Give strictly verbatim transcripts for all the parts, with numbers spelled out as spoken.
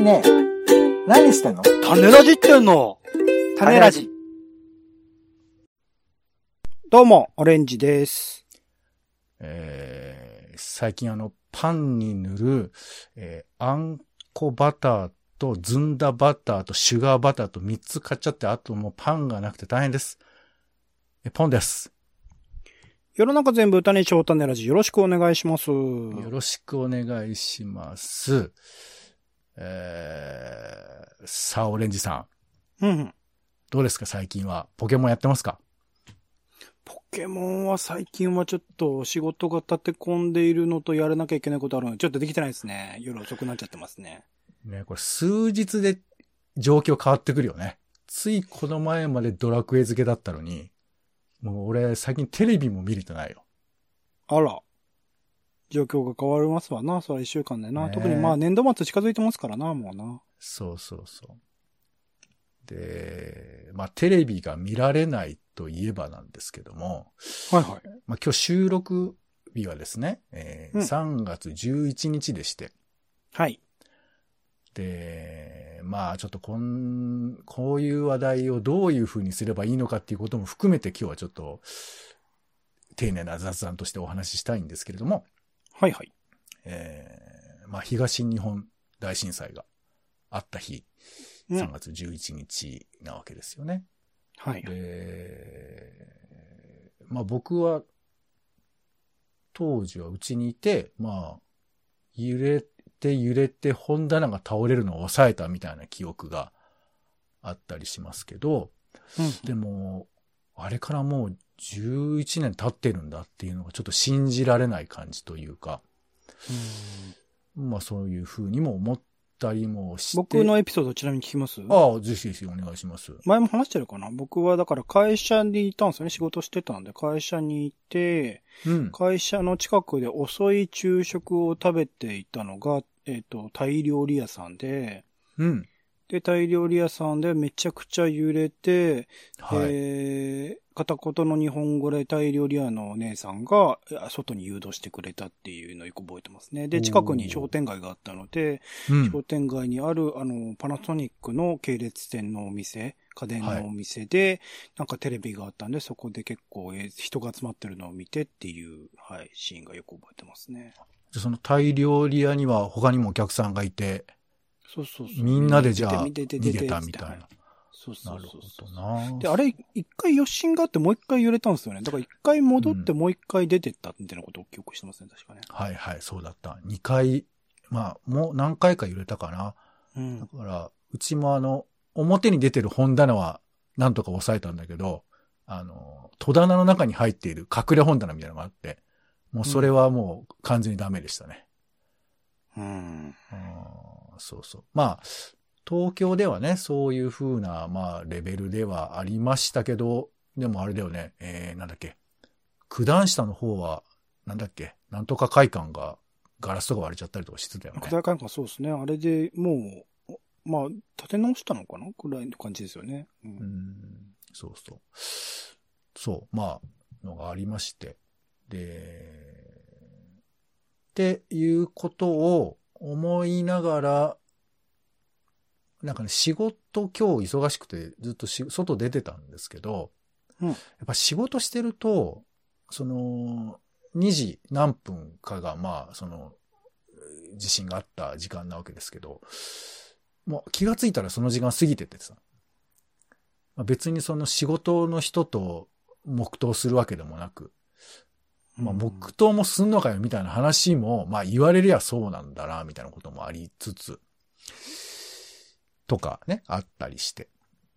ねえ、何してんの？ 種ラジってんの。 種ラジ。 どうも、オレンジです。 えー、最近あの、パンに塗る、えー、あんこバターとずんだバターとシュガーバターとみっつ買っちゃって、あともうパンがなくて大変です。え、ポンです。 世の中全部歌にしよう種ラジ、よろしくお願いします。 よろしくお願いします。えー、さあ、オレンジさん。うん、うん。 どうですか最近は。ポケモンやってますか？ ポケモンは最近はちょっと仕事が立て込んでいるのとやらなきゃいけないことあるので、ちょっとできてないですね。夜遅くなっちゃってますね。 ね、これ数日で状況変わってくるよね。ついこの前までドラクエ付けだったのに、もう俺最近テレビも見れてないよ。 あら。状況が変わりますわな。それ一週間でな。 ね、 特にまあ年度末近づいてますからな、もうな。 そうそうそう。で、まあテレビが見られないといえばなんですけども。 はいはい。 まあ今日収録日はですね、えーうん、さんがつじゅういちにちでして。 はい。 で、まあちょっとこん、こういう話題をどういう風にすればいいのかっていうことも含めて今日はちょっと丁寧な雑談としてお話ししたいんですけれども。 はいはい。 えー、まあ東日本大震災があった日、うん、さんがつじゅういちにちなわけですよね。 はい。 で、まあ僕は当時はうちにいて、まあ揺れて揺れて本棚が倒れるのを抑えたみたいな記憶があったりしますけど、うん、でもあれからもうじゅういちねん経ってるんだっていうのがちょっと信じられない感じというか、うん、まあそういうふうにも思ったりもして。 僕のエピソードちなみに聞きます？ ああ、ぜひぜひお願いします。 前も話してるかな？僕はだから会社にいたんですよね。仕事してたんで、会社にいて、うん、会社の近くで遅い昼食を食べていたのが、えっと、タイ料理屋さんで、 うん。 で、タイ料理屋さんでめちゃくちゃ揺れて、 はい、 えー、片言の日本語でタイ料理屋のお姉さんが外に誘導してくれたっていうのをよく覚えてますね。で、近くに商店街があったので、うん、商店街にあるあのパナソニックの系列店のお店、家電のお店で、はい、なんかテレビがあったんで、そこで結構人が集まってるのを見てっていう、はい、シーンがよく覚えてますね。 じゃそのタイ料理屋には他にもお客さんがいて、 そうそうそう。 みんなでじゃあ逃げたみたいな。 そうそうそう。 なるほどな。 で、あれ、一回余震があってもう一回揺れたんですよね。だから一回戻ってもう一回出てったみたいなことを記憶してますね、確かね。 はいはい、そうだった。二回、まあ、もう何回か揺れたかな。うん。だから、うちもあの、表に出てる本棚はなんとか抑えたんだけど、あの、戸棚の中に入っている隠れ本棚みたいなのがあって、もうそれはもう完全にダメでしたね。 うん。うんそうそう。まあ、東京ではね、そういう風な、まあ、レベルではありましたけど、でもあれだよね、えー、なんだっけ。九段下の方は、なんだっけ、なんとか会館がガラスとか割れちゃったりとかしてたよね。 九段会館そうですね。あれでもう、まあ、立て直したのかなくらいの感じですよね。 うん、うんそうそう。そう、まあ、のがありまして。で、っていうことを思いながら、なんかね、仕事今日忙しくてずっとし外出てたんですけど、うん、やっぱ仕事してると、その、にじ何分かが、まあ、その、地震があった時間なわけですけど、もう気がついたらその時間過ぎててさ、まあ、別にその仕事の人と黙祷するわけでもなく、まあ、黙祷もすんのかよみたいな話も、まあ言われりゃそうなんだな、みたいなこともありつつ、とかね、あったりして。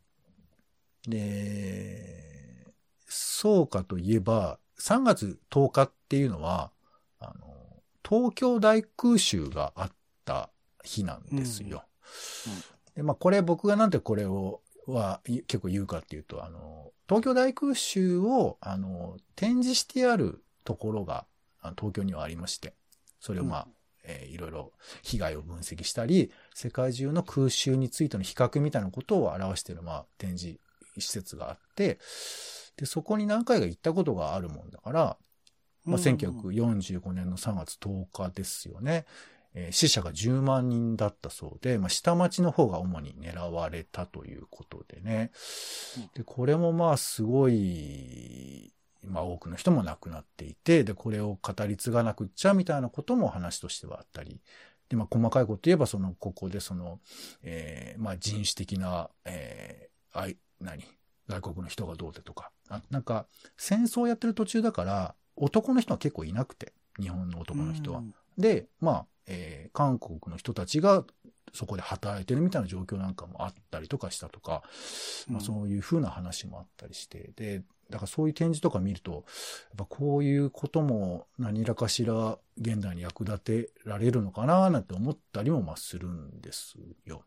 で、そうかといえば、さんがつとおかっていうのは、あの、東京大空襲があった日なんですよ。うんうん、で、まあこれ僕がなんでこれを、は結構言うかっていうと、あの、東京大空襲を、あの、展示してあるところが、東京にはありまして、それをまあ、うんえー、いろいろ被害を分析したり、世界中の空襲についての比較みたいなことを表している、まあ、展示施設があって、で、そこに何回か行ったことがあるもんだから、まあ、せんきゅうひゃくよんじゅうごねんのさんがつとおかですよね。 えー、死者がじゅうまんにんだったそうで、まあ、下町の方が主に狙われたということでね。で、これもまあすごい、まあ多くの人も亡くなっていて、で、これを語り継がなくっちゃみたいなことも話としてはあったり、で、まあ細かいこと言えば、その、ここでその、えー、まあ人種的な、えー、あい、何外国の人がどうでとか、あ、なんか、戦争やってる途中だから、男の人は結構いなくて、日本の男の人は。で、まあ、えー、韓国の人たちがそこで働いてるみたいな状況なんかもあったりとかしたとか、まあそういう風な話もあったりして、で、だからそういう展示とか見ると、やっぱこういうことも何らかしら現代に役立てられるのかななんて思ったりもまあするんですよ。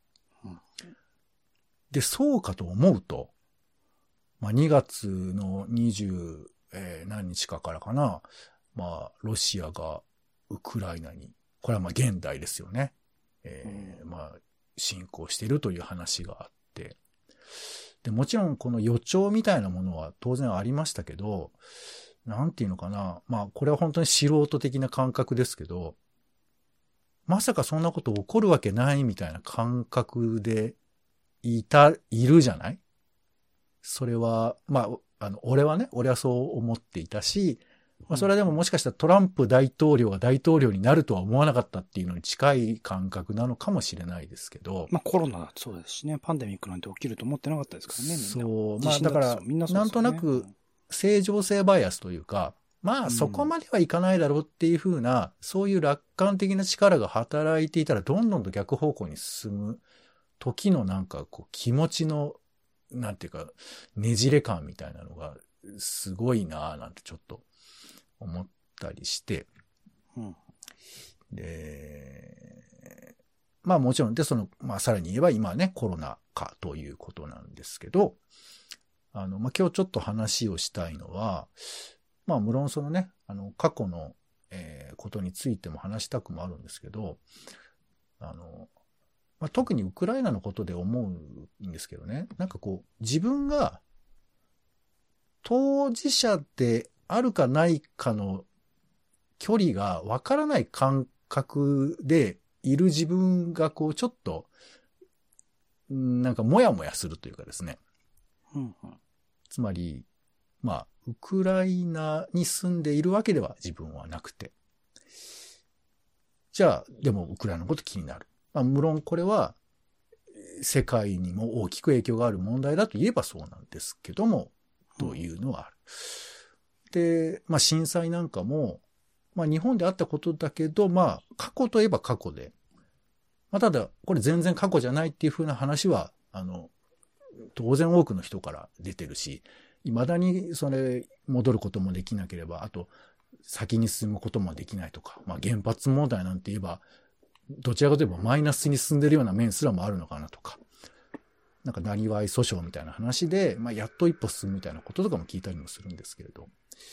で、そうかと思うと、まあにがつのにじゅう、えー、何日かからかな、まあロシアがウクライナに、これはまあ現代ですよね。えー、まあ侵攻しているという話があって、で、もちろんこの予兆みたいなものは当然ありましたけど、なんていうのかな。まあこれは本当に素人的な感覚ですけど、まさかそんなこと起こるわけないみたいな感覚でいた、いるじゃない？それは、まあ、あの、俺はね、俺はそう思っていたし、まあそれはでももしかしたらトランプ大統領が大統領になるとは思わなかったっていうのに近い感覚なのかもしれないですけど。 まあコロナそうですしね、パンデミックなんて起きると思ってなかったですからね、みんな。 そう、まあだから、 みんなそうですよね、 なんとなく正常性バイアスというか、まあそこまではいかないだろうっていう風な、うん、そういう楽観的な力が働いていたらどんどんと逆方向に進む時のなんかこう気持ちの、なんていうか、ねじれ感みたいなのがすごいなぁなんてちょっと思ったりして、うん、で、まあもちろんで、その、まあさらに言えば今はね、コロナ禍ということなんですけど、あの、まあ今日ちょっと話をしたいのは、まあ無論そのね、あの、過去の、えー、ことについても話したくもあるんですけど、あの、まあ、特にウクライナのことで思うんですけどね、なんかこう、自分が当事者であるかないかの距離がわからない感覚でいる自分がこうちょっとなんかモヤモヤするというかですね。 うんうん、 つまり、まあ、ウクライナに住んでいるわけでは自分はなくて。じゃあ、でもウクライナのこと気になる。まあ、無論これは世界にも大きく影響がある問題だと言えばそうなんですけども、というのはある。で、まあ震災なんかも、まあ日本であったことだけど、まあ過去といえば過去で、まあただこれ全然過去じゃないっていう風な話は、あの、当然多くの人から出てるし、未だにそれ戻ることもできなければ、あと先に進むこともできないとか、まあ原発問題なんて言えば、どちらかといえばマイナスに進んでるような面すらもあるのかなとか、なんか、なりわい訴訟みたいな話で、まあ、やっと一歩進むみたいなこととかも聞いたりもするんですけれど。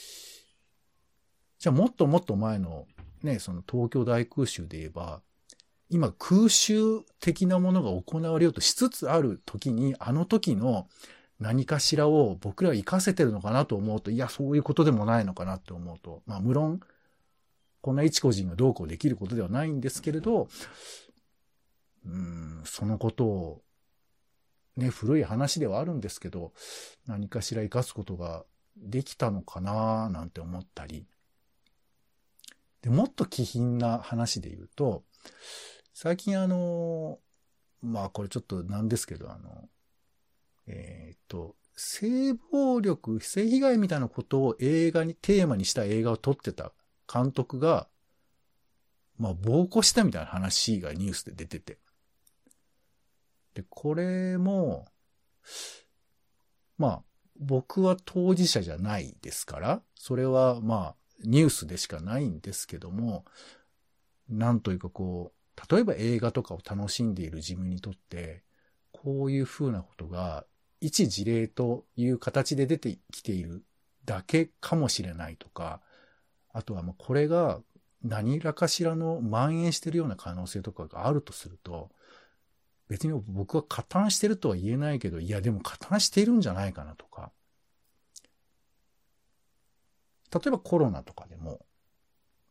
じゃあ、もっともっと前の、ね、その東京大空襲で言えば、今、空襲的なものが行われようとしつつある時に、あの時の何かしらを僕らは活かせてるのかなと思うと、いや、そういうことでもないのかなって思うと、まあ、無論、こんな一個人がどうこうできることではないんですけれど、うーん、そのことを、ね、古い話ではあるんですけど、何かしら生かすことができたのかななんて思ったり。で、もっと気品な話で言うと、最近あの、まあこれちょっとなんですけど、あの、えーっと、性暴力、性被害みたいなことを映画に、テーマにした映画を撮ってた監督が、まあ暴行したみたいな話がニュースで出てて。で、これも、まあ、僕は当事者じゃないですから、それはまあ、ニュースでしかないんですけども、なんというかこう、例えば映画とかを楽しんでいる自分にとって、こういう風なことが、一事例という形で出てきているだけかもしれないとか、あとはもうこれが何らかしらの蔓延しているような可能性とかがあるとすると、別に僕は加担してるとは言えないけど、いやでも加担しているんじゃないかなとか。例えばコロナとかでも、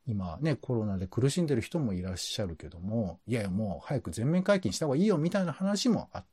今ね、コロナで苦しんでる人もいらっしゃるけども、いやいやもう早く全面解禁した方がいいよみたいな話もあって、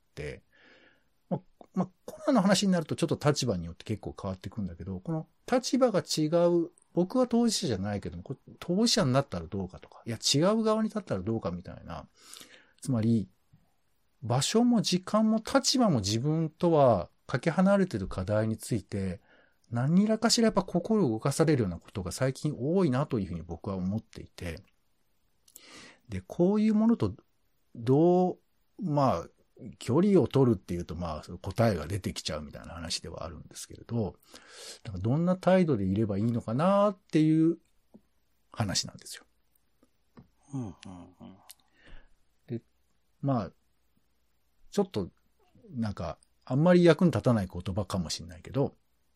まあ、まあ、コロナの話になるとちょっと立場によって結構変わってくるんだけど、この立場が違う、僕は当事者じゃないけども、当事者になったらどうかとか、いや違う側に立ったらどうかみたいな、つまり、場所も時間も立場も自分とはかけ離れている課題について、何らかしらやっぱ心を動かされるようなことが最近多いなというふうに僕は思っていて、で、こういうものとどう、まあ、距離を取るっていうと、まあ、答えが出てきちゃうみたいな話ではあるんですけれど、なんかどんな態度でいればいいのかなっていう話なんですよ。 うんうんうん、 で、まあ、ちょっと、なんか、あんまり役に立たない言葉かもしれないけど、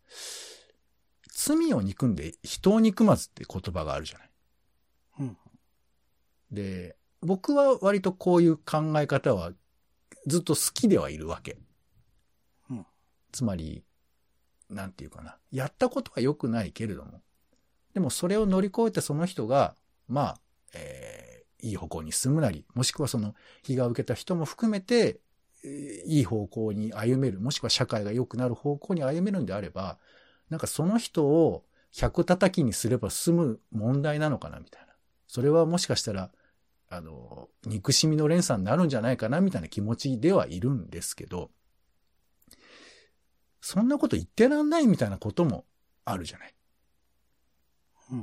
罪を憎んで人を憎まずって言葉があるじゃない。 うん、 で、僕は割とこういう考え方はずっと好きではいるわけ。 うん、 つまり、なんていうかな。やったことは良くないけれども。でもそれを乗り越えてその人が、まあ、えー、いい方向に進むなり、もしくはその被害を受けた人も含めて、えー、いい方向に歩める、もしくは社会が良くなる方向に歩めるんであれば、なんかその人を百叩きにすれば済む問題なのかなみたいな。それはもしかしたら、あの、憎しみの連鎖になるんじゃないかなみたいな気持ちではいるんですけど、そんなこと言ってらんないみたいなこともあるじゃない。 うん。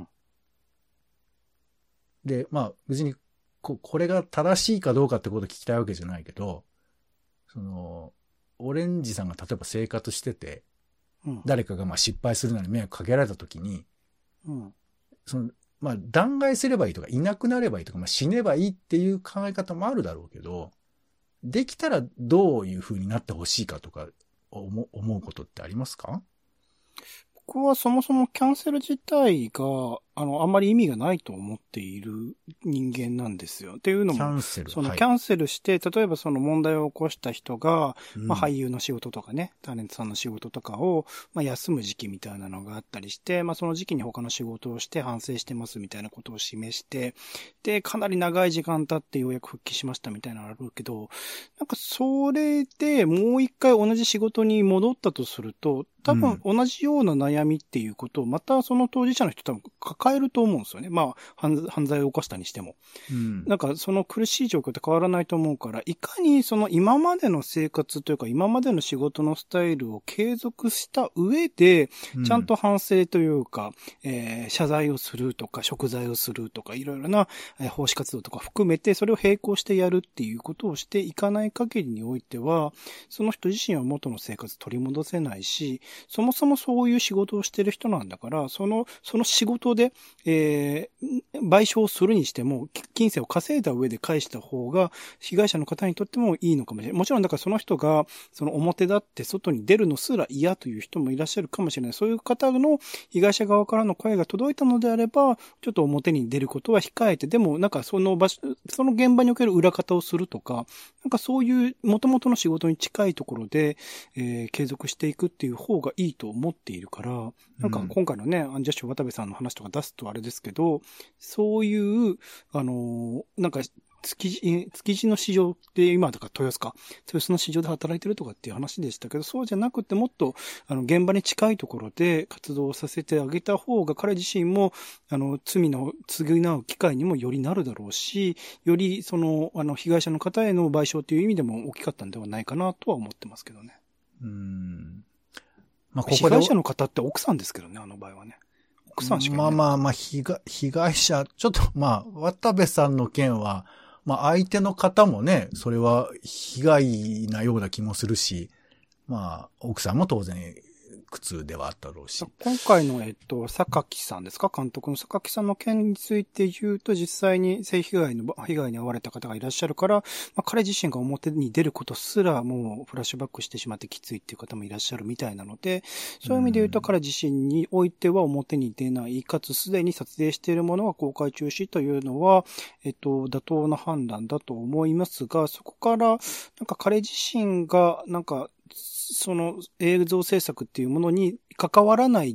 で、まあ別にこ、これが正しいかどうかってことを聞きたいわけじゃないけど、その、オレンジさんが例えば生活してて、うん、誰かがまあ失敗するのに迷惑かけられたときに、 うん、 その、まあ弾劾すればいいとか、いなくなればいいとか、まあ死ねばいいっていう考え方もあるだろうけど、できたらどういう風になってほしいかとか思、思うことってありますか？ 僕はそもそもキャンセル自体が、あの、あんまり意味がないと思っている人間なんですよ。っていうのも、キャンセル、そのキャンセルして、はい、例えばその問題を起こした人が、うん、まあ俳優の仕事とかね、タレントさんの仕事とかを、まあ休む時期みたいなのがあったりして、まあその時期に他の仕事をして反省してますみたいなことを示して、で、かなり長い時間経ってようやく復帰しましたみたいなのがあるけど、なんかそれでもう一回同じ仕事に戻ったとすると、多分同じような悩みっていうことをまたその当事者の人多分抱えると思うんですよね。まあ犯罪を起こしたにしても。うん、なんかその苦しい状況って変わらないと思うから、いかにその今までの生活というか今までの仕事のスタイルを継続した上で、ちゃんと反省というか、うん、えー、謝罪をするとか、贖罪をするとか、いろいろな奉仕活動とか含めてそれを並行してやるっていうことをしていかない限りにおいては、その人自身は元の生活取り戻せないし、そもそもそういう仕事をしてる人なんだから、その、その仕事で、えー、賠償するにしても、金銭を稼いだ上で返した方が、被害者の方にとってもいいのかもしれない。もちろん、だからその人が、その表立って外に出るのすら嫌という人もいらっしゃるかもしれない。そういう方の被害者側からの声が届いたのであれば、ちょっと表に出ることは控えて、でも、なんかその場所、その現場における裏方をするとか、なんかそういう元々の仕事に近いところで、えー、継続していくっていう方がいいと思っているから、なんか今回のね、アンジャッシュ渡部さんの話とか出すとあれですけど、そういう、あの、なんか、築地、築地の市場って今だから豊洲か。豊洲の市場で働いてるとかっていう話でしたけど、そうじゃなくてもっと、あの、現場に近いところで活動させてあげた方が彼自身も、あの、罪の償う機会にもよりなるだろうし、よりその、あの、被害者の方への賠償という意味でも大きかったんではないかなとは思ってますけどね。 うーん。まあ、ここで被害者の方って奥さんですけどね、あの場合はね。奥さんしかいない。 まあまあまあ、被害、被害者、ちょっとまあ、渡部さんの件は、まあ相手の方もね、それは被害なような気もするし、まあ、奥さんも当然苦痛ではあったろうし。 今回の、えっと、榊さんですか、監督の榊さんの件について言うと、実際に性被害の、被害に遭われた方がいらっしゃるから、まあ、彼自身が表に出ることすらもうフラッシュバックしてしまってきついっていう方もいらっしゃるみたいなので、そういう意味で言うと彼自身においては表に出ない、かつすでに撮影しているものは公開中止というのは、えっと、妥当な判断だと思いますが、そこから、なんか彼自身が、なんか、その映像制作っていうものに関わらないで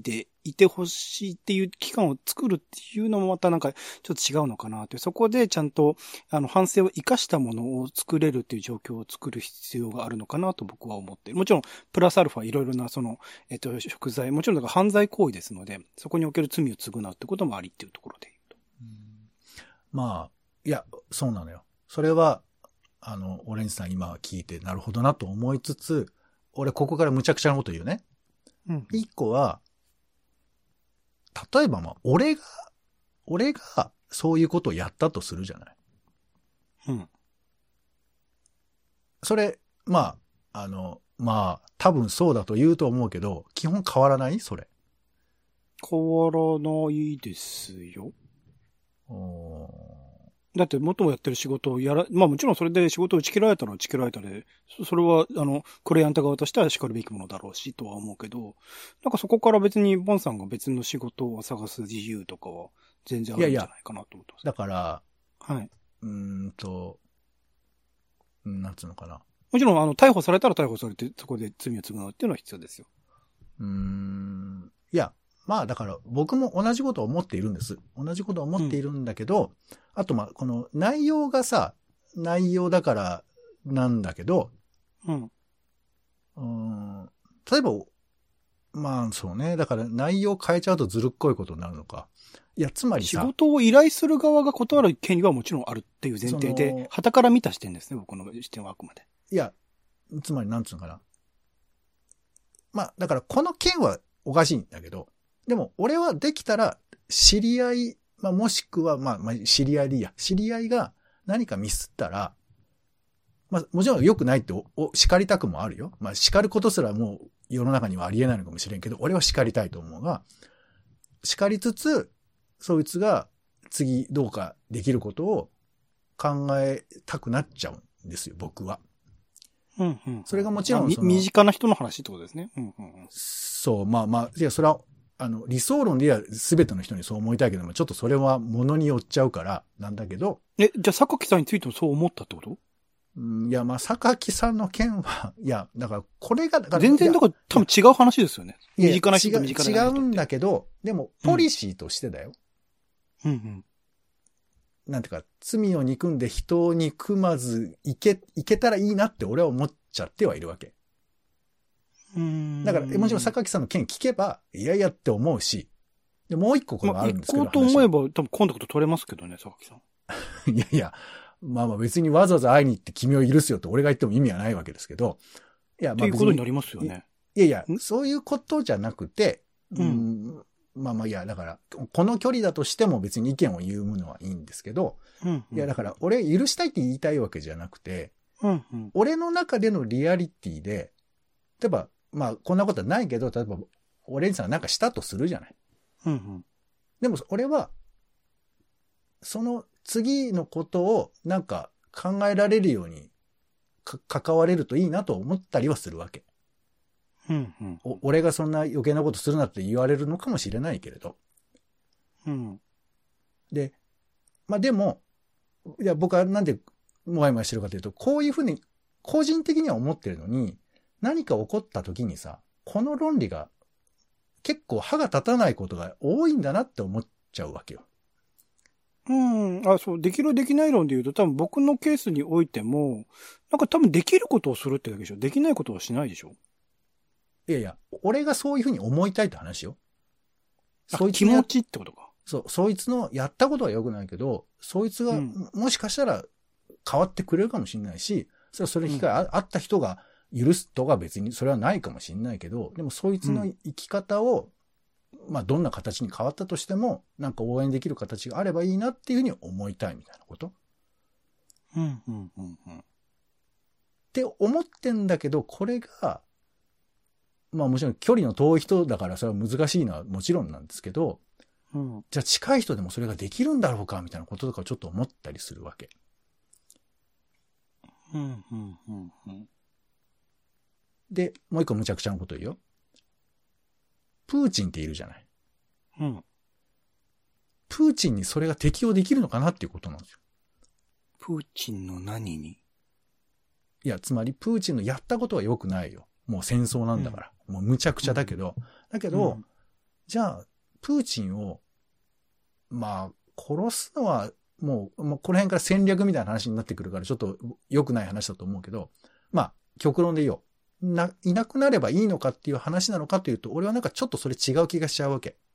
いてほしいっていう期間を作るっていうのもまたなんかちょっと違うのかなって、そこでちゃんとあの反省を生かしたものを作れるっていう状況を作る必要があるのかなと僕は思っている。もちろんプラスアルファいろいろなその、えっと、食材、もちろんだから犯罪行為ですので、そこにおける罪を償うってこともありっていうところで言うと。 うん、まあ、いや、そうなのよ。それは、あの、オレンジさん今聞いてなるほどなと思いつつ、俺ここからむちゃくちゃなこと言うね。うん。一個は、例えばまあ、俺が、俺がそういうことをやったとするじゃない。 うん。 それ、まあ、あの、まあ、多分そうだと言うと思うけど、基本変わらないそれ。 変わらないですよ。 おだって元もやってる仕事をやら、まあもちろんそれで仕事を打ち切られたら打ち切られたで、それは、あの、クライアント側としては叱るべきものだろうし、とは思うけど、なんかそこから別にボンさんが別の仕事を探す自由とかは全然あるんじゃないかなと思ってます。 いやいやだから、 はい。 うーんと、なんつうのかな。 もちろん、あの、逮捕されたら逮捕されて、そこで罪を償うっていうのは必要ですよ。 うーん。いや、まあだから僕も同じことを思っているんです。同じことを思っているんだけど、うん、あとまあこの内容がさ、内容だからなんだけど、 うん。 うーん例えば、まあそうね。だから内容を変えちゃうとずるっこいことになるのか。いや、つまりさ。 仕事を依頼する側が断る権利はもちろんあるっていう前提で、旗から見た視点ですね、僕の視点はあくまで。 いや、つまりなんつうのかな。まあだからこの件はおかしいんだけど、でも、俺はできたら、知り合い、まあ、もしくは、まあ、まあ、知り合いでいいや。知り合いが何かミスったら、まあ、もちろん良くないってお、お、叱りたくもあるよ。まあ、叱ることすらもう世の中にはありえないのかもしれんけど、俺は叱りたいと思うが、叱りつつ、そいつが次どうかできることを考えたくなっちゃうんですよ、僕は。 うんうん。 それがもちろんその、 身近な人の話ってことですね。うんうんうん。 そう、まあまあ、いや、それは、あの、理想論では全ての人にそう思いたいけども、ちょっとそれは物によっちゃうから、なんだけど。 え、じゃあ、榊さんについてもそう思ったってこと？ うん、いや、まあ、榊さんの件は、いや、だから、これが、だから全然、だから多分違う話ですよね。身近な人と身近な人。 違うんだけど、でも、ポリシーとしてだよ。 うん、うん、うん。 なんていうか、罪を憎んで人を憎まず、いけ、いけたらいいなって俺は思っちゃってはいるわけ。だから、もちろん榊さんの件聞けば、いやいやって思うし、で、もう一個これがあるんですけど。 まあ、行こうと思えば、多分コンタクト取れますけどね、榊さん。 いやいや、まあまあ別にわざわざ会いに行って君を許すよと俺が言っても意味はないわけですけど。 いや、まあ。ということになりますよね。 いやいや、そういうことじゃなくて、 うん、 まあまあいや、だから、この距離だとしても別に意見を言うのはいいんですけど、 うんうん、 いやだから俺許したいって言いたいわけじゃなくて、 うんうん、 俺の中でのリアリティで、例えば、まあこんなことはないけど、例えば、オレンジさんがなんかしたとするじゃない。 うんうん、 でも俺は、その次のことをなんか考えられるように関われるといいなと思ったりはするわけ。 うんうん、 お俺がそんな余計なことするなって言われるのかもしれないけれど。 うん、 で、まあでも、いや僕はなんでもやもやしてるかというと、こういうふうに個人的には思ってるのに、何か起こった時にさ、この論理が結構歯が立たないことが多いんだなって思っちゃうわけよ。 うん。あ、そう、できるできない論で言うと、多分僕のケースにおいても、なんか多分できることをするってだけでしょ。できないことはしないでしょ。 いやいや、俺がそういうふうに思いたいって話よ。 そいつ気持ちってことか。 そう、そいつのやったことは良くないけど、そいつが、うん、もしかしたら変わってくれるかもしれないし、それはそれ機会あった人が許すとか別にそれはないかもしれないけど、でもそいつの生き方を、うん、まあどんな形に変わったとしても、なんか応援できる形があればいいなっていうふうに思いたいみたいなこと。 うん、うん、うん、うん。 って思ってんだけど、これが、まあもちろん距離の遠い人だからそれは難しいのはもちろんなんですけど、 うん、 じゃあ近い人でもそれができるんだろうかみたいなこととかちょっと思ったりするわけ。 うん、うん、うん、うん。 で、もう一個むちゃくちゃなこと言うよ。プーチンっているじゃない。 うん。 プーチンにそれが適用できるのかなっていうことなんですよ。 プーチンの何に？ いや、つまりプーチンのやったことは良くないよ。もう戦争なんだから。うん、もうむちゃくちゃだけど。うん、だけど、うん、 じゃあ、プーチンを、まあ、殺すのは、もう、もうこの辺から戦略みたいな話になってくるから、ちょっと良くない話だと思うけど、まあ、極論で言おう。な、いなくなればいいのかっていう話なのかというと、俺はなんかちょっとそれ違う気がしちゃうわけ。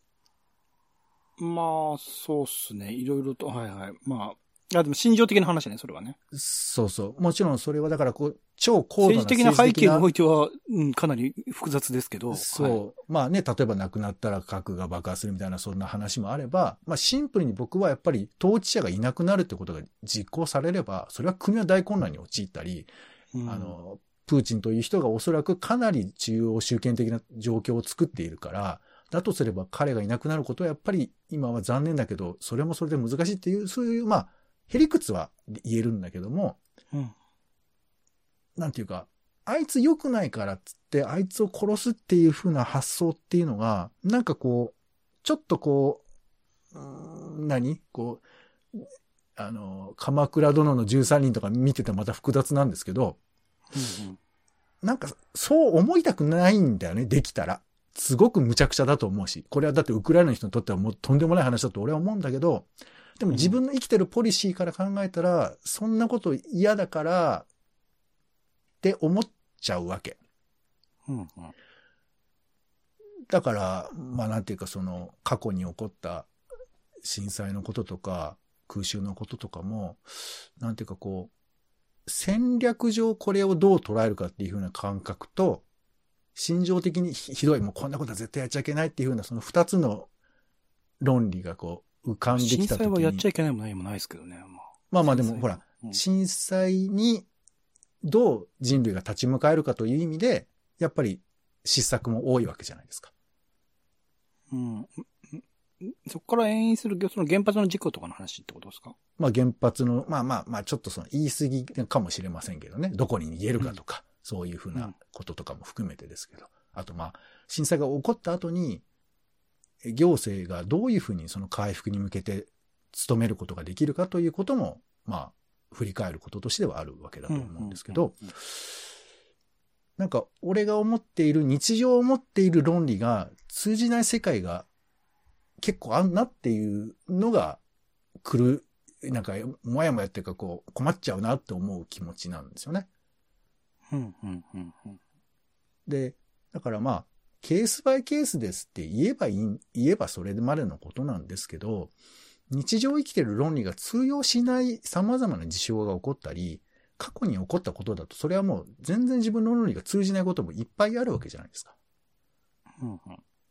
まあ、そうっすね。いろいろと、はいはい。まあ、いやでも心情的な話ね、それはね。 そうそう。もちろんそれはだからこう、超高度な政治的な背景においては、うん、かなり複雑ですけど。 そう。はい、まあね、例えば亡くなったら核が爆発するみたいなそんな話もあれば、まあシンプルに僕はやっぱり統治者がいなくなるってことが実行されれば、それは国は大混乱に陥ったり、うん、あの、プーチンという人がおそらくかなり中央集権的な状況を作っているから、だとすれば彼がいなくなることはやっぱり今は残念だけど、それもそれで難しいっていう、そういう、まあ、へりくつは言えるんだけども、 うん、 なんていうか、あいつ良くないからっつって、あいつを殺すっていう風な発想っていうのが、なんかこう、ちょっとこう、うーん何こう、あの、鎌倉殿のじゅうさんにんとか見ててまた複雑なんですけど、 うんうん、 なんかそう思いたくないんだよね、できたら。すごく無茶苦茶だと思うし、これはだってウクライナの人にとってはもうとんでもない話だと俺は思うんだけど、でも自分の生きてるポリシーから考えたら、うん、そんなこと嫌だからって思っちゃうわけ。 うんうん、 だから、まあなんていうかその過去に起こった震災のこととか空襲のこととかも、なんていうかこう、戦略上これをどう捉えるかっていう風な感覚と、心情的にひどい、もうこんなことは絶対やっちゃいけないっていう風なその二つの論理がこう浮かんできた時に。 震災はやっちゃいけないも何もないですけどね。まあ、 まあまあでもほら、うん、震災にどう人類が立ち向かえるかという意味で、やっぱり失策も多いわけじゃないですか。 うん。そこから遠因するその原発の事故とかの話ってことですか？ まあ原発の、まあまあまあちょっとその言い過ぎかもしれませんけどね。どこに逃げるかとか、うん、そういうふうなこととかも含めてですけど。あとまあ、震災が起こった後に、行政がどういうふうにその回復に向けて努めることができるかということも、まあ、振り返ることとしてはあるわけだと思うんですけど、なんか俺が思っている、日常を思っている論理が通じない世界が結構あんなっていうのが来る、なんかもやもやっていうかこう困っちゃうなって思う気持ちなんですよね。 うんうんうんうん、 で、だからまあ、ケースバイケースですって言えばいい、言えばそれまでのことなんですけど、日常生きてる論理が通用しない様々な事象が起こったり、過去に起こったことだと、それはもう全然自分の論理が通じないこともいっぱいあるわけじゃないですか。 うんうん、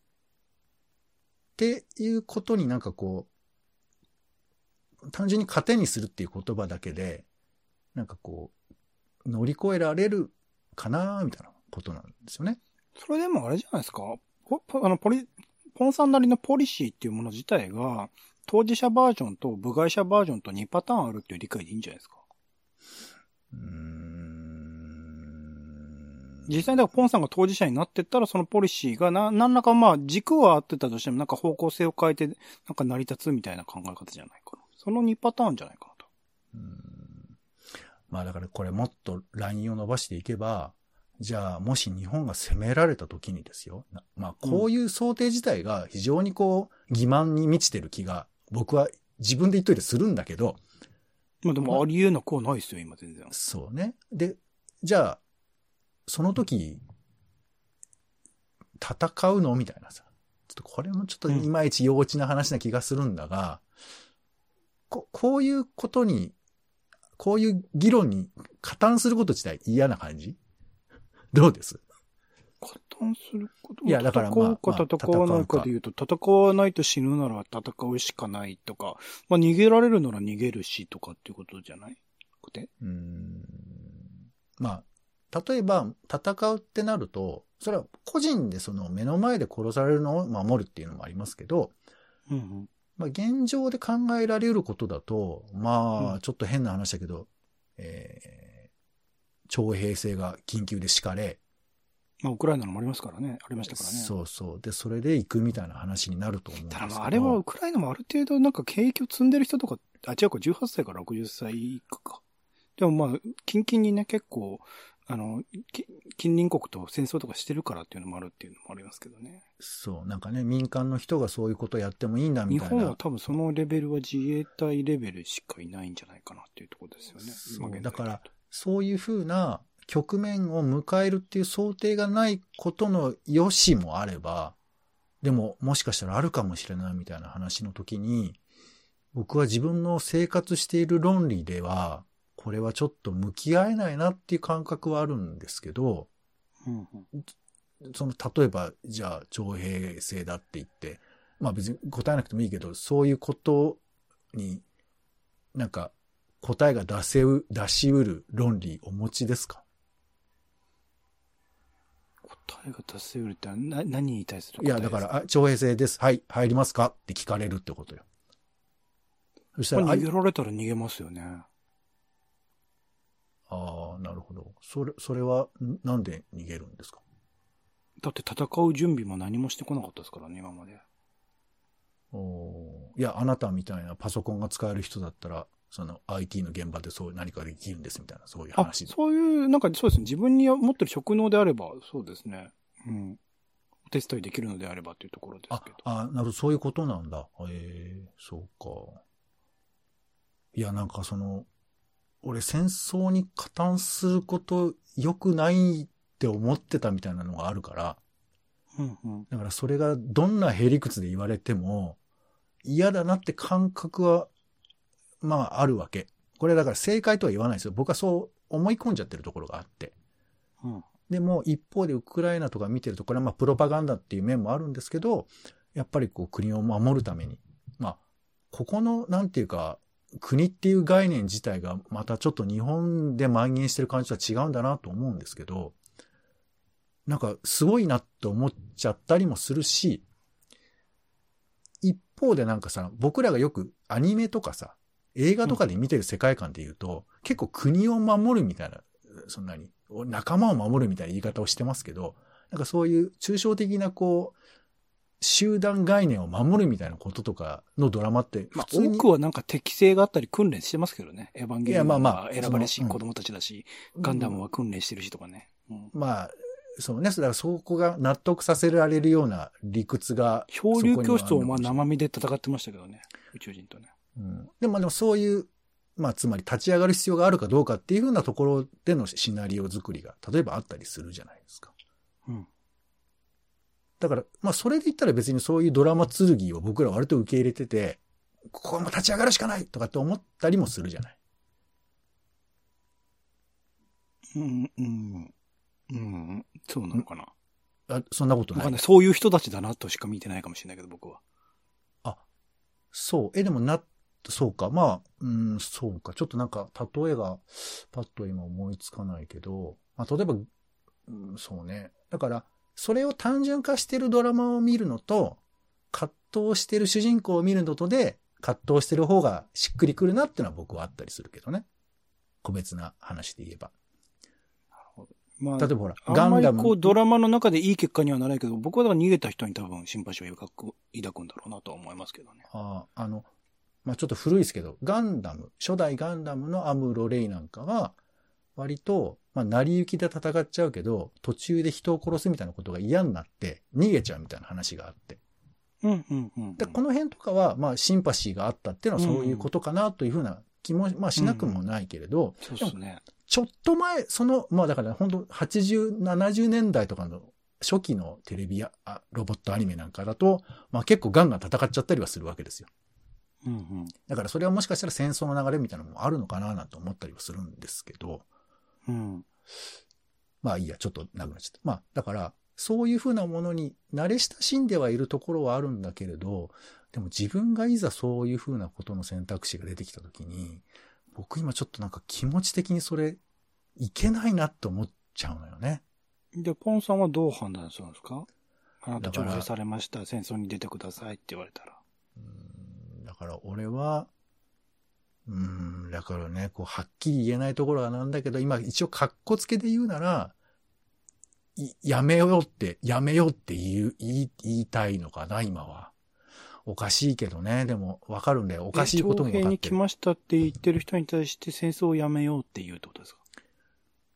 っていうことになんかこう、単純に糧にするっていう言葉だけで、なんかこう、乗り越えられるかなみたいなことなんですよね。 それでもあれじゃないですか。ポあのポリポンさんなりのポリシーっていうもの自体が、当事者バージョンと部外者バージョンとにパターンあるっていう理解でいいんじゃないですか。 うーん、 実際にだからポンさんが当事者になってったら、そのポリシーがな、何らかまあ軸は合ってたとしても、なんか方向性を変えて、なんか成り立つみたいな考え方じゃないかな。そのにパターンじゃないかなと。 うーん、まあだからこれもっとラインを伸ばしていけば、じゃあもし日本が攻められた時にですよ。まあこういう想定自体が非常にこう欺瞞に満ちてる気が僕は自分で言っといてするんだけど。 まあでもありえなくはないですよ、今全然。 そうね。で、じゃあ、その時、戦うのみたいなさ。ちょっとこれもちょっといまいち幼稚な話な気がするんだが、うん、こ, こういうことに、こういう議論に加担すること自体嫌な感じ？どうです？ 加担することも、 いや、だからまあ、 戦うか戦わないかで言うと、戦わないと死ぬなら戦うしかないとか、まあ逃げられるなら逃げるしとかっていうことじゃない？でうーん、まあ、例えば戦うってなると、それは個人でその目の前で殺されるのを守るっていうのもありますけど、 うんうん、 まあ現状で考えられることだと、まあちょっと変な話だけど、うん、えー、徴兵制が緊急で敷かれ、 まあウクライナのもありますからね、ありましたからね。 そうそう。で、それで行くみたいな話になると思うんですけど。 ただまああれはウクライナもある程度なんか経験を積んでる人とか、あ、違うか、じゅうはっさいからろくじゅっさい以下か。でもまあ、近々にね、結構、 あの、近隣国と戦争とかしてるからっていうのもあるっていうのもありますけどね。 そう、なんかね、民間の人がそういうことをやってもいいんだみたいな。 日本は多分そのレベルは自衛隊レベルしかいないんじゃないかなっていうところですよね。 そうだから、そういうふうな局面を迎えるっていう想定がないことの良しもあれば、でももしかしたらあるかもしれないみたいな話の時に、僕は自分の生活している論理では、これはちょっと向き合えないなっていう感覚はあるんですけど、 うんうん、 その例えばじゃあ徴兵制だって言って、まあ別に答えなくてもいいけど、そういうことになんか答えが出せう、出しうる論理お持ちですか？ 答えが出せうるってな何に対する答えですか？いやだからあ徴兵制です。はい、入りますかって聞かれるってことよ。そしたら逃げられたら逃げますよね。 ああ、なるほど。それ、それは、なんで逃げるんですか？ だって戦う準備も何もしてこなかったですからね、今まで。 おいや、あなたみたいなパソコンが使える人だったら、その アイティー の現場でそう何かできるんですみたいな、そういう話。 あ、そういう、なんかそうですね。自分に持ってる職能であれば、そうですね。うん。お手伝いできるのであればというところですけど。 あ、あ、なるほど、そういうことなんだ。へえ、そうか。いや、なんかその、俺戦争に加担すること良くないって思ってたみたいなのがあるから、 うんうん、 だからそれがどんなへ理屈で言われても嫌だなって感覚はまああるわけ。これだから正解とは言わないですよ。僕はそう思い込んじゃってるところがあって。 うん、 でも一方でウクライナとか見てるとこれはまあプロパガンダっていう面もあるんですけど、やっぱりこう国を守るために、まあここのなんていうか国っていう概念自体がまたちょっと日本で蔓延してる感じとは違うんだなと思うんですけど、なんかすごいなって思っちゃったりもするし、一方でなんかさ、僕らがよくアニメとかさ、映画とかで見てる世界観で言うと、うん、結構国を守るみたいな、そんなに、仲間を守るみたいな言い方をしてますけど、なんかそういう抽象的なこう、集団概念を守るみたいなこととかのドラマって普通に、まあ、多くはなんか適性があったり訓練してますけどね。エヴァンゲリオンは選ばれし子供たちだし、うん、ガンダムは訓練してるしとかね。 うん、まあ、そうね。だからそこが納得させられるような理屈が。 漂流教室をまあ生身で戦ってましたけどね。宇宙人とね。 うん、でもでもそういう、まあつまり立ち上がる必要があるかどうかっていうふうなところでのシナリオ作りが例えばあったりするじゃないですか。 うん。 だから、まあそれで言ったら別にそういうドラマ剣を僕ら割と受け入れてて、ここはもう立ち上がるしかないとかって思ったりもするじゃない。 うん、うん。うん、そうなのかな。 あ、そんなことない。わかんない。 そういう人たちだなとしか見てないかもしれないけど、僕は。 あ、そう。え、でもな、そうか。まあ、うん、そうか。ちょっとなんか、例えが、パッと今思いつかないけど、まあ、例えば、うん、そうね。だから、それを単純化してるドラマを見るのと、葛藤してる主人公を見るのとで、葛藤してる方がしっくりくるなっていうのは僕はあったりするけどね。個別な話で言えば。 まあ、 例えばほら、 ガンダム。あんまりこうドラマの中でいい結果にはならないけど、僕はだから逃げた人に多分シンパシーを抱く、抱くんだろうなとは思いますけどね。 ああ、あの、まあ、ちょっと古いですけど、ガンダム、初代ガンダムのアムロ・レイなんかは、割と、まあ、成り行きで戦っちゃうけど、途中で人を殺すみたいなことが嫌になって、逃げちゃうみたいな話があって。 うんうんうん、うん。 で、この辺とかは、まあ、シンパシーがあったっていうのはそういうことかなというふうな気も、まあ、しなくもないけれど、 うんうん、そうですね。 ちょっと前、その、まあだから本当はちじゅう、ななじゅうねんだいとかの初期のテレビやロボットアニメなんかだと、まあ結構ガンガン戦っちゃったりはするわけですよ。 うんうん、 だからそれはもしかしたら戦争の流れみたいなのもあるのかななんて思ったりはするんですけど、 うん、 まあいいや、ちょっとなくなっちゃった。まあだから、そういうふうなものに慣れ親しんではいるところはあるんだけれど、でも自分がいざそういうふうなことの選択肢が出てきたときに、僕今ちょっとなんか気持ち的にそれいけないなって思っちゃうのよね。 で、ポンさんはどう判断するんですか？あなた徴兵されました。戦争に出てくださいって言われたら。 うーん、だから俺は、うーん、だからね、こうはっきり言えないところはなんだけど、今一応カッコつけで言うなら、やめようって、やめようって言う、言い、言いたいのかな、今は。おかしいけどね。でも、わかるんだよ。おかしいことも分かってる。 徴兵に来ましたって言ってる人に対して戦争をやめようって言うってことですか？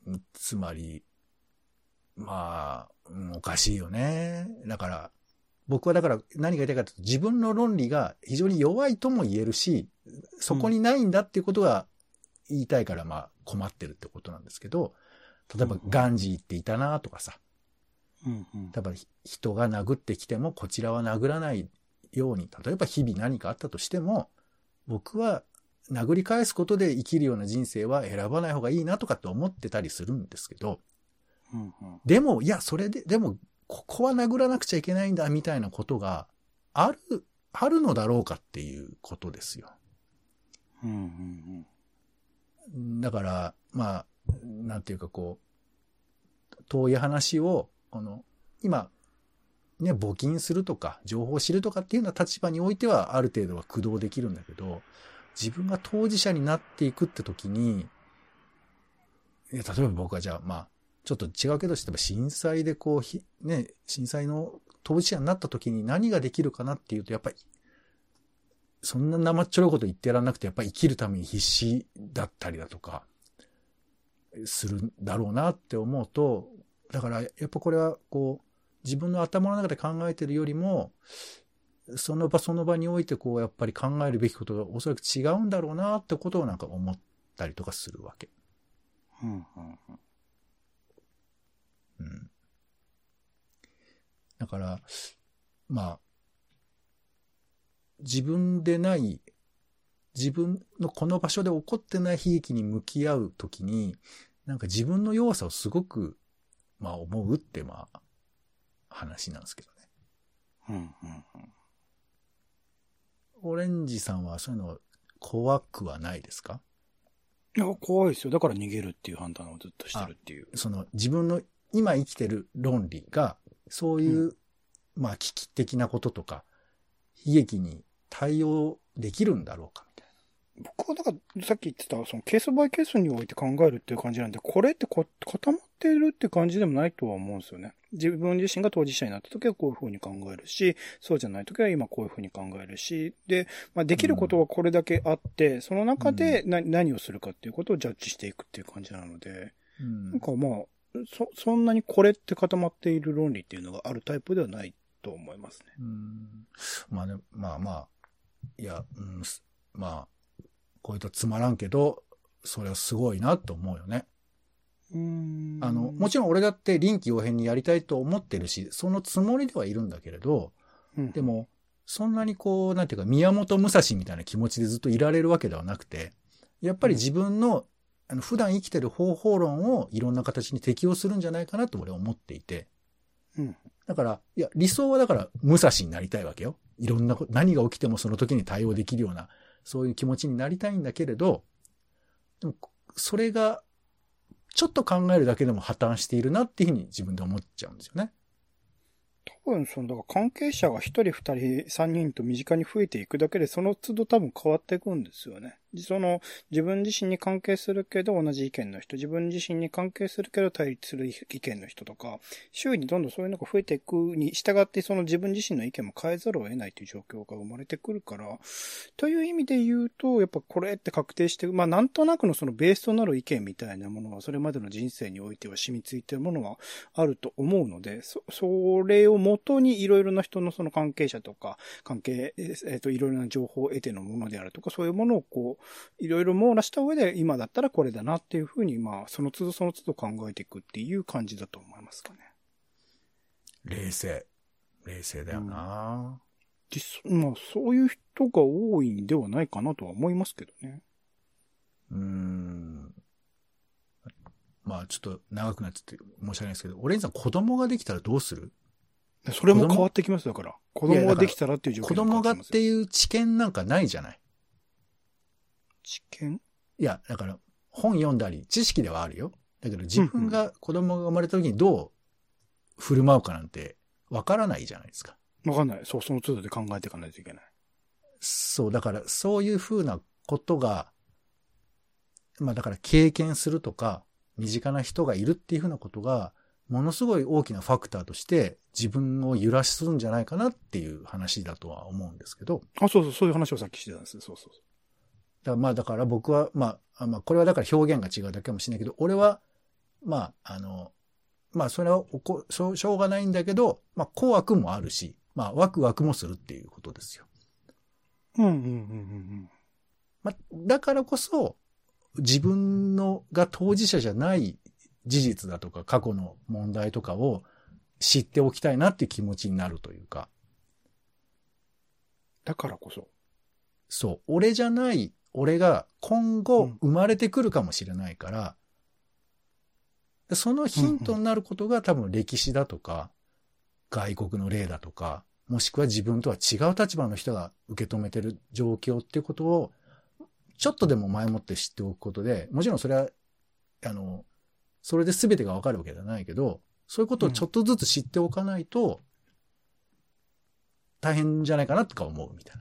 つまり、まあ、うん、おかしいよね。だから、僕はだから何が言いたいかというと、自分の論理が非常に弱いとも言えるし、そこにないんだっていうことが言いたいから、まあ困ってるってことなんですけど、例えばガンジーっていたなとかさ、 うんうん、 例えば人が殴ってきてもこちらは殴らないように、例えば日々何かあったとしても、僕は殴り返すことで生きるような人生は選ばない方がいいなとかって思ってたりするんですけど、 うんうん、 でも、いや、それで、でも、ここは殴らなくちゃいけないんだみたいなことがある、あるのだろうかっていうことですよ。 うんうんうん、だから、まあ、なんていうかこう、遠い話を、この、今、ね、募金するとか、情報を知るとかっていうような立場においては、ある程度は駆動できるんだけど、自分が当事者になっていくって時に、例えば僕はじゃあ、まあ、ちょっと違うけど、例えば震災でこう、ね、震災の当事者になった時に何ができるかなっていうと、やっぱり、そんな生っちょろいこと言ってやらなくて、やっぱり生きるために必死だったりだとか、するんだろうなって思うと、だからやっぱこれはこう、自分の頭の中で考えてるよりも、その場その場においてこう、やっぱり考えるべきことがおそらく違うんだろうなってことをなんか思ったりとかするわけ。 うんうんうんうん、だから、まあ、自分でない、自分のこの場所で起こってない悲劇に向き合うときに、なんか自分の弱さをすごく、まあ思うって、まあ、話なんですけどね。 うんうんうん、 オレンジさんはそういうの怖くはないですか？ いや、怖いですよ。だから逃げるっていう判断をずっとしてるっていう。 その自分の今生きてる論理が、そういう、うん、まあ危機的なこととか、悲劇に対応できるんだろうかみたいな。僕はだからさっき言ってた、そのケースバイケースにおいて考えるっていう感じなんで、これってこ固まっているって感じでもないとは思うんですよね。自分自身が当事者になった時はこういう風に考えるし、そうじゃない時は今こういう風に考えるし、で、まあ、できることはこれだけあって、うん、その中で何、うん、何をするかっていうことをジャッジしていくっていう感じなので、うん、なんかまあ、そ、そんなにこれって固まっている論理っていうのがあるタイプではないと思いますね。 うん、まあね、まあまあ、いや、うん、まあ、こういうとつまらんけど、それはすごいなと思うよね。 うーん、 あの、もちろん俺だって臨機応変にやりたいと思ってるし、そのつもりではいるんだけれど、うん、でも、そんなにこう、なんていうか、宮本武蔵みたいな気持ちでずっといられるわけではなくて、やっぱり自分の、あの、普段生きてる方法論をいろんな形に適用するんじゃないかなと俺は思っていて、 うん、 だから、いや、理想はだから武蔵になりたいわけよ。いろんなこと、何が起きてもその時に対応できるような、そういう気持ちになりたいんだけれど、でも、それが、ちょっと考えるだけでも破綻しているなっていうふうに自分で思っちゃうんですよね。 多分、その、だから関係者が一人二人三人と身近に増えていくだけで、その都度多分変わっていくんですよね。その、自分自身に関係するけど同じ意見の人、自分自身に関係するけど対立する意見の人とか、周囲にどんどんそういうのが増えていくに従って、その自分自身の意見も変えざるを得ないという状況が生まれてくるから、という意味で言うと、やっぱこれって確定して、まあなんとなくのそのベースとなる意見みたいなものは、それまでの人生においては染みついているものはあると思うので、そ、それをもとにいろいろな人のその関係者とか、関係、えっと、いろいろな情報を得てのものであるとか、そういうものをこう、いろいろ網羅した上で、今だったらこれだなっていうふうに、まあ、その都度その都度考えていくっていう感じだと思いますかね。 冷静。冷静だよな、 うん、まあ、そういう人が多いんではないかなとは思いますけどね。 うーん。まあ、ちょっと長くなっちゃって申し訳ないですけど、オレンジさん子供ができたらどうする？ それも変わってきますだから。子供ができたらっていう状況子供がっていう知見なんかないじゃない。 知見？ いや、だから本読んだり知識ではあるよ。だけど自分が子供が生まれた時にどう振る舞うかなんてわからないじゃないですか。 わかんない。そう、その都度で考えていかないといけない。 そう、だからそういうふうなことが、まあだから経験するとか、身近な人がいるっていうふうなことが、ものすごい大きなファクターとして自分を揺らすんじゃないかなっていう話だとは思うんですけど。 あ、そうそう、そういう話をさっきしてたんです。そうそう。 だからまあだから僕は、まあ、まあこれはだから表現が違うだけかもしれないけど、俺はまあ、あの、まあ、それはおこしょう、しょうがないんだけど、まあ、怖くもあるし、まあ、ワクワクもするっていうことですよ。 うんうんうんうんうん。 まあ、だからこそ、自分のが当事者じゃない事実だとか過去の問題とかを知っておきたいなっていう気持ちになるというか。 だからこそ。 そう。俺じゃない、俺が今後生まれてくるかもしれないから、うん、そのヒントになることが多分歴史だとか、外国の例だとか、もしくは自分とは違う立場の人が受け止めてる状況っていうことを、ちょっとでも前もって知っておくことで、もちろんそれは、あの、それで全てがわかるわけじゃないけど、そういうことをちょっとずつ知っておかないと、大変じゃないかなとか思うみたいな。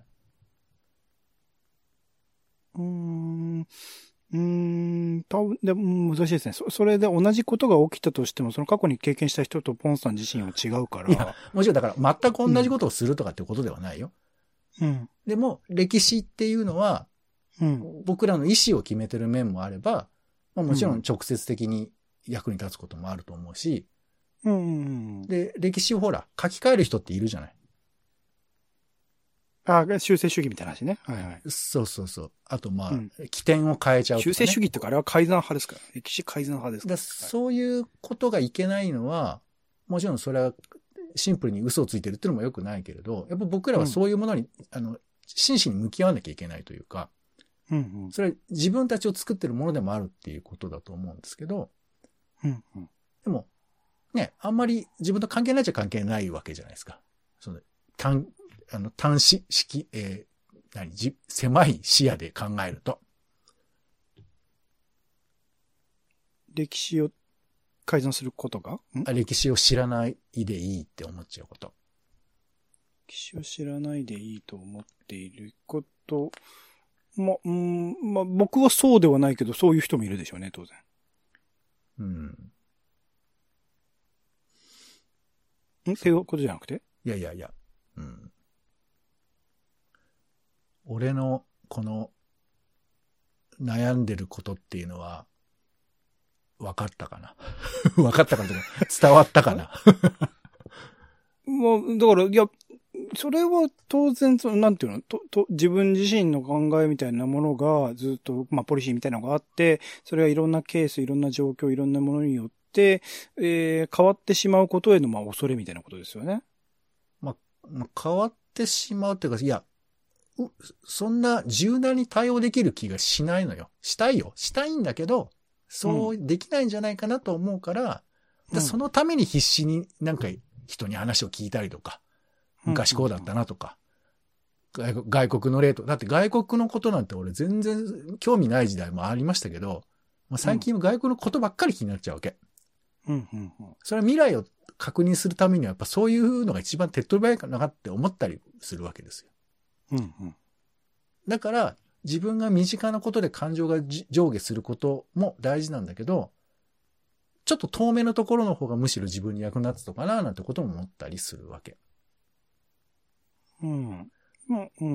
うーん。うーん。多分、でも難しいですね。そ、それで同じことが起きたとしても、その過去に経験した人とポンさん自身は違うから。 いや、もちろんだから全く同じことをするとかっていうことではないよ。 うん。 でも、歴史っていうのは、 うん、 僕らの意思を決めてる面もあれば、まあ、もちろん直接的に役に立つこともあると思うし、 うんうんうん、 で、歴史をほら、書き換える人っているじゃない。 ああ、修正主義みたいな話ね。はいはい。 そうそうそう。あとまあ、うん、起点を変えちゃうとか、ね。 修正主義ってかあれは改ざん派ですから。歴史改ざん派ですから。 だそういうことがいけないのは、もちろんそれはシンプルに嘘をついてるっていうのも良くないけれど、やっぱ僕らはそういうものに、うん、あの、真摯に向き合わなきゃいけないというか、 うんうん、 それは自分たちを作ってるものでもあるっていうことだと思うんですけど、 うんうん、 でも、ね、あんまり自分と関係ないっちゃ関係ないわけじゃないですか。その単、あの、単視式、えー、何、じ、狭い視野で考えると。 歴史を改ざんすることが歴史を知らないでいいって思っちゃうこと。 歴史を知らないでいいと思っていること、ま、うん、まあ、僕はそうではないけど、そういう人もいるでしょうね、当然。 うん。 んっていうことじゃなくて？ いやいやいや。うん。俺の、この、悩んでることっていうのは、分かったかな分かったかな伝わったかなまあ、だから、いや、それは当然、その、なんていうのと、と、自分自身の考えみたいなものがずっと、まあ、ポリシーみたいなのがあって、それはいろんなケース、いろんな状況、いろんなものによって、えー、変わってしまうことへの、まあ、恐れみたいなことですよね。 まあ、変わってしまうっていうか、いや、そんな柔軟に対応できる気がしないのよ。したいよ。したいんだけど、そうできないんじゃないかなと思うから、うん、そのために必死になんか人に話を聞いたりとか、昔こうだったなとか、外国、外国の例と、だって外国のことなんて俺全然興味ない時代もありましたけど、まあ、最近は外国のことばっかり気になっちゃうわけ。 うんうんうん、 それは未来を確認するためにはやっぱそういうのが一番手っ取り早いかなって思ったりするわけですよ。 うんうん、 だから自分が身近なことで感情が上下することも大事なんだけど、ちょっと遠目のところの方がむしろ自分に役立つのかななんてことも思ったりするわけ。 うん。うんうんうんうん。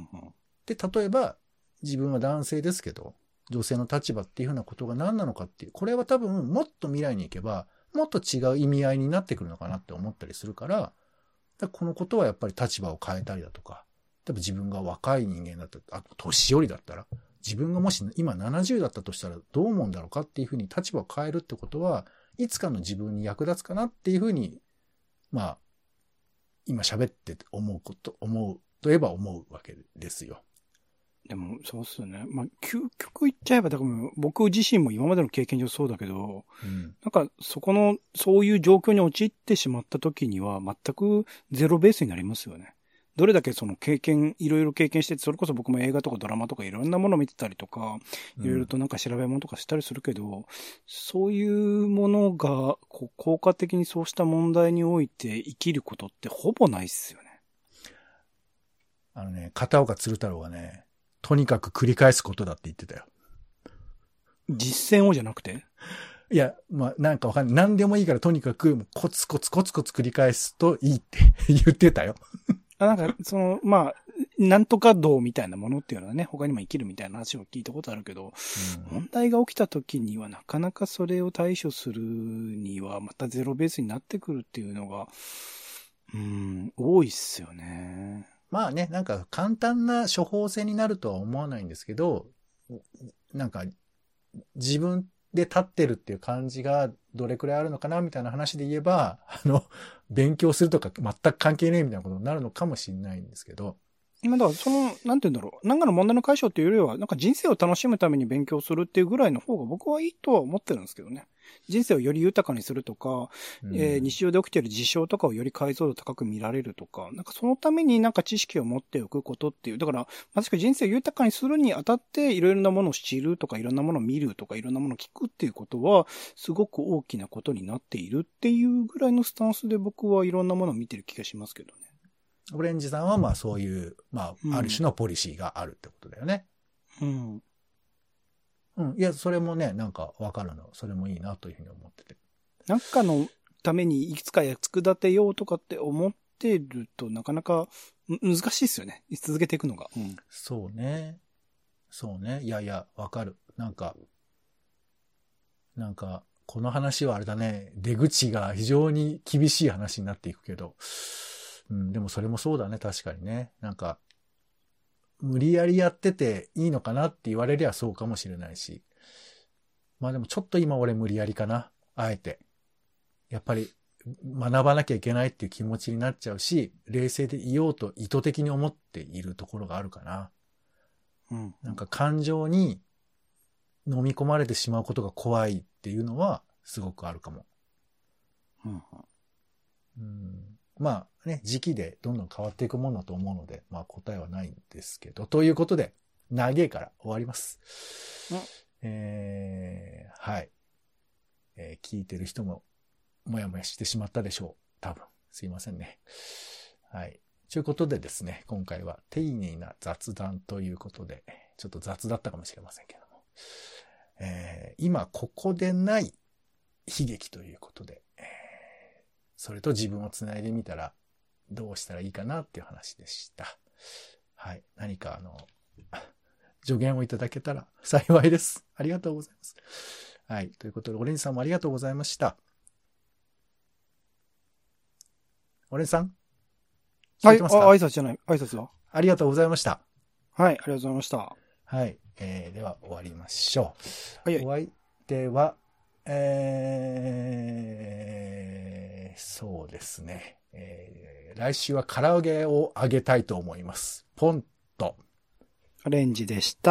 で、例えば自分は男性ですけど、女性の立場っていうふうなことが何なのかっていう、これは多分もっと未来に行けばもっと違う意味合いになってくるのかなって思ったりするから、だからこのことはやっぱり立場を変えたりだとか、例えば自分が若い人間だったら、あと年寄りだったら、自分がもし今ななじゅうだったとしたらどう思うんだろうかっていうふうに立場を変えるってことは、いつかの自分に役立つかなっていうふうに、まあ、今喋って思うこと、思うといえば思うわけですよ。 でも、そうっすよね。まあ、究極言っちゃえば、だから僕自身も今までの経験上そうだけど、うん、なんかそこの、そういう状況に陥ってしまった時には全くゼロベースになりますよね。どれだけその経験、いろいろ経験して、それこそ僕も映画とかドラマとかいろんなものを見てたりとか、いろいろとなんか調べ物とかしたりするけど、うん、そういうものがこう効果的にそうした問題において生きることってほぼないっすよね。 あのね、片岡鶴太郎がね、とにかく繰り返すことだって言ってたよ。 実践をじゃなくて？ いや、まあ、なんかわかんない。何でもいいからとにかくコツコツコツコツ繰り返すといいって言ってたよ。 なんか、その、まあ、 なんとか道みたいなものっていうのはね、他にも生きるみたいな話を聞いたことあるけど、うん、問題が起きた時にはなかなかそれを対処するにはまたゼロベースになってくるっていうのが、うん、多いっすよね。 まあね、なんか簡単な処方箋になるとは思わないんですけど、なんか自分で立ってるっていう感じがどれくらいあるのかなみたいな話で言えば、あの、勉強するとか全く関係ないみたいなことになるのかもしれないんですけど。 今だからその、なんて言うんだろう。なんかの問題の解消っていうよりは、なんか人生を楽しむために勉強するっていうぐらいの方が僕はいいとは思ってるんですけどね。人生をより豊かにするとか、うん、えー、日常で起きている事象とかをより解像度高く見られるとか、なんかそのためになんか知識を持っておくことっていう、だから、まさしく人生を豊かにするにあたっていろいろなものを知るとか、いろんなものを見るとか、いろんなものを聞くっていうことは、すごく大きなことになっているっていうぐらいのスタンスで僕はいろんなものを見てる気がしますけどね。 オレンジさんはまあそういう、まあ、ある種のポリシーがあるってことだよね。 うん。 うん。いや、それもね、なんかわかるの。それもいいなというふうに思ってて。 なんかのためにいくつか役立てようとかって思ってるとなかなか難しいですよね。続けていくのが。うん、 そうね。そうね。いやいや、わかる。なんか、なんか、この話はあれだね。出口が非常に厳しい話になっていくけど。うん、でもそれもそうだね。確かにね。なんか、無理やりやってていいのかなって言われりゃそうかもしれないし。まあでもちょっと今俺無理やりかな。あえて。やっぱり学ばなきゃいけないっていう気持ちになっちゃうし、冷静でいようと意図的に思っているところがあるかな。 うん。 なんか感情に飲み込まれてしまうことが怖いっていうのはすごくあるかも。 うん。 うん、まあね、時期でどんどん変わっていくものだと思うので、まあ答えはないんですけど、ということで、長いから終わります。 うん、 えー、はい。えー、聞いてる人ももやもやしてしまったでしょう。多分。すいませんね。はい。ということでですね、今回は丁寧な雑談ということで、ちょっと雑だったかもしれませんけども、えー、今ここでない悲劇ということで、えー、それと自分をつないでみたらどうしたらいいかなっていう話でした。はい。何かあの、助言をいただけたら幸いです。ありがとうございます。はい。ということで、オレンジさんもありがとうございました。オレンジさんはい、あ、挨拶じゃない、挨拶はありがとうございました。 はい、ありがとうございました。 はい。えー、では終わりましょう。 はい、はい、 お相手は、えー、そうですね。えー、来週は唐揚げをあげたいと思います。ポンと。 オレンジでした。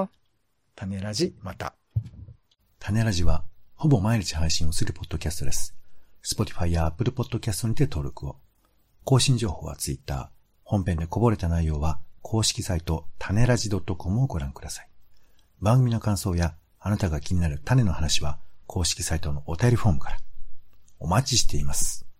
種ラジ、また。 種ラジは、ほぼ毎日配信をするポッドキャストです。Spotify や Apple Podcast にて登録を。更新情報は Twitter。本編でこぼれた内容は、公式サイト、種ラジ .com をご覧ください。番組の感想や、あなたが気になる種の話は、公式サイトのお便りフォームから。お待ちしています。